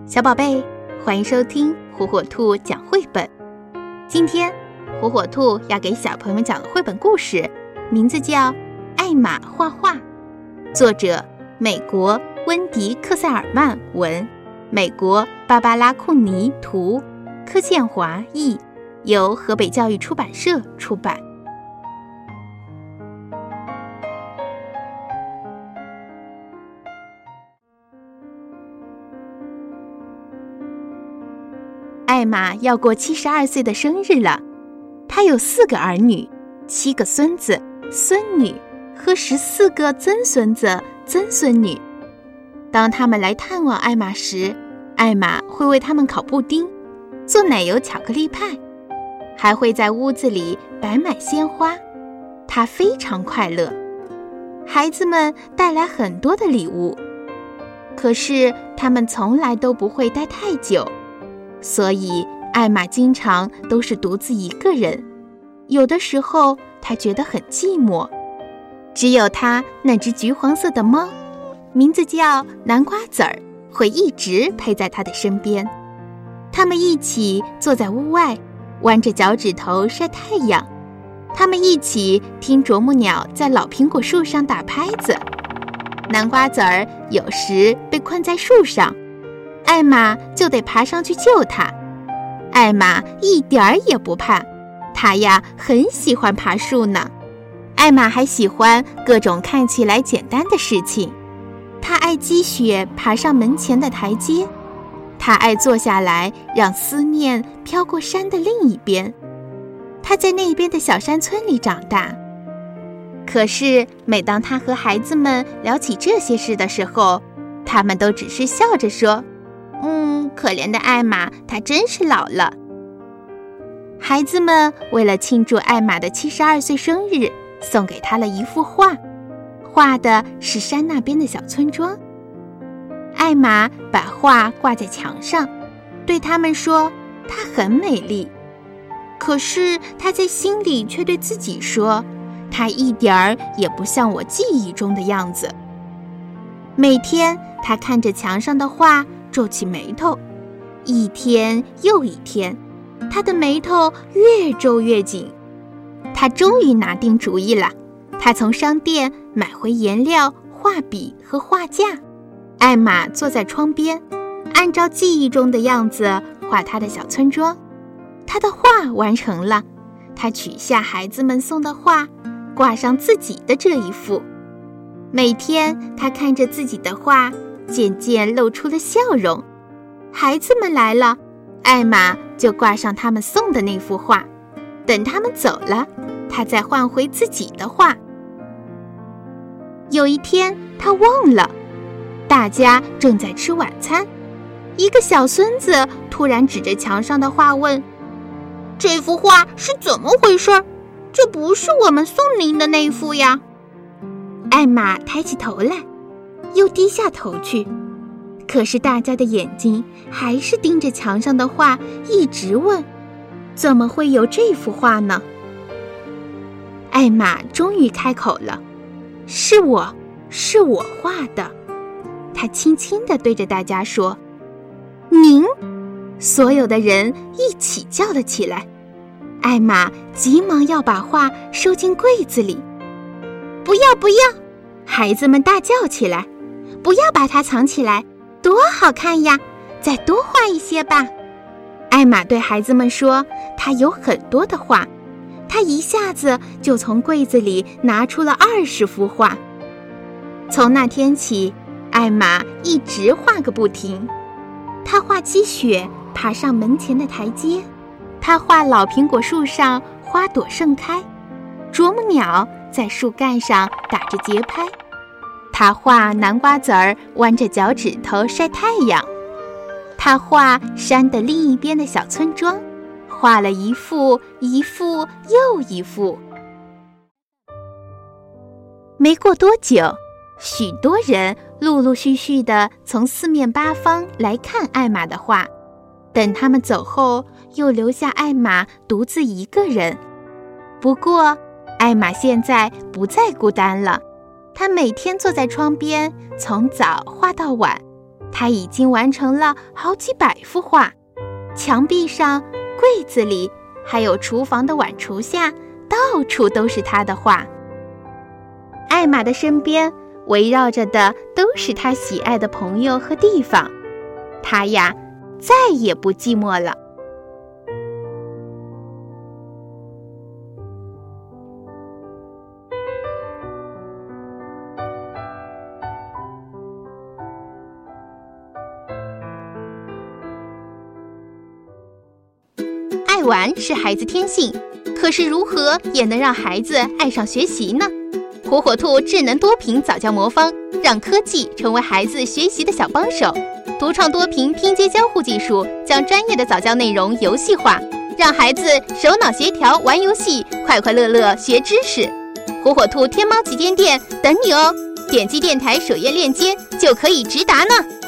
小宝贝，欢迎收听火火兔讲绘本。今天火火兔要给小朋友们讲的绘本故事名字叫《艾玛画画》，作者美国温迪·克塞尔曼文，美国芭芭拉·库尼图，柯建华译，由河北教育出版社出版。艾玛要过72岁的生日了，她有4个儿女，7个孙子、孙女和14个曾孙子、曾孙女。当他们来探望艾玛时，艾玛会为他们烤布丁，做奶油巧克力派，还会在屋子里摆满鲜花。她非常快乐。孩子们带来很多的礼物，可是他们从来都不会待太久，所以艾玛经常都是独自一个人。有的时候她觉得很寂寞，只有她那只橘黄色的猫，名字叫南瓜籽儿，会一直陪在她的身边。他们一起坐在屋外，弯着脚趾头晒太阳。他们一起听啄木鸟在老苹果树上打拍子。南瓜籽儿有时被困在树上，艾玛就得爬上去救他。艾玛一点儿也不怕，她呀很喜欢爬树呢。艾玛还喜欢各种看起来简单的事情。她爱积雪爬上门前的台阶，她爱坐下来让思念飘过山的另一边。她在那边的小山村里长大。可是每当她和孩子们聊起这些事的时候，他们都只是笑着说，可怜的艾玛，她真是老了。孩子们为了庆祝艾玛的72岁生日，送给她了一幅画，画的是山那边的小村庄。艾玛把画挂在墙上，对他们说她很美丽。可是她在心里却对自己说，她一点儿也不像我记忆中的样子。每天她看着墙上的画皱起眉头，一天又一天，她的眉头越皱越紧。她终于拿定主意了，她从商店买回颜料、画笔和画架。艾玛坐在窗边，按照记忆中的样子画她的小村庄。她的画完成了，她取下孩子们送的画，挂上自己的这一幅。每天她看着自己的画，渐渐露出了笑容。孩子们来了，艾玛就挂上他们送的那幅画。等他们走了，她再换回自己的画。有一天她忘了，大家正在吃晚餐，一个小孙子突然指着墙上的画问，这幅画是怎么回事？这不是我们送您的那幅呀。艾玛抬起头来，又低下头去，可是大家的眼睛还是盯着墙上的画，一直问，怎么会有这幅画呢？艾玛终于开口了，是我画的。她轻轻地对着大家说，您？所有的人一起叫了起来。艾玛急忙要把画收进柜子里。不要不要！孩子们大叫起来，不要把它藏起来，多好看呀，再多画一些吧。艾玛对孩子们说，她有很多的画。她一下子就从柜子里拿出了20幅画。从那天起，艾玛一直画个不停。她画积雪爬上门前的台阶，她画老苹果树上花朵盛开，啄木鸟在树干上打着节拍。她画南瓜籽儿弯着脚趾头晒太阳。她画山的另一边的小村庄，画了一幅一幅又一幅。没过多久，许多人陆陆续续地从四面八方来看艾玛的画。等他们走后，又留下艾玛独自一个人。不过艾玛现在不再孤单了，她每天坐在窗边，从早画到晚， 他已经完成了好几百幅画，墙壁上、柜子里，还有厨房的碗橱下，到处都是他的画。艾玛的身边围绕着的都是他喜爱的朋友和地方，他呀，再也不寂寞了。爱玩是孩子天性，可是如何也能让孩子爱上学习呢？火火兔智能多屏早教魔方，让科技成为孩子学习的小帮手。独创多屏拼接交互技术，将专业的早教内容游戏化，让孩子手脑协调玩游戏，快快乐乐学知识。火火兔天猫旗舰店等你哦！点击电台首页链接就可以直达呢。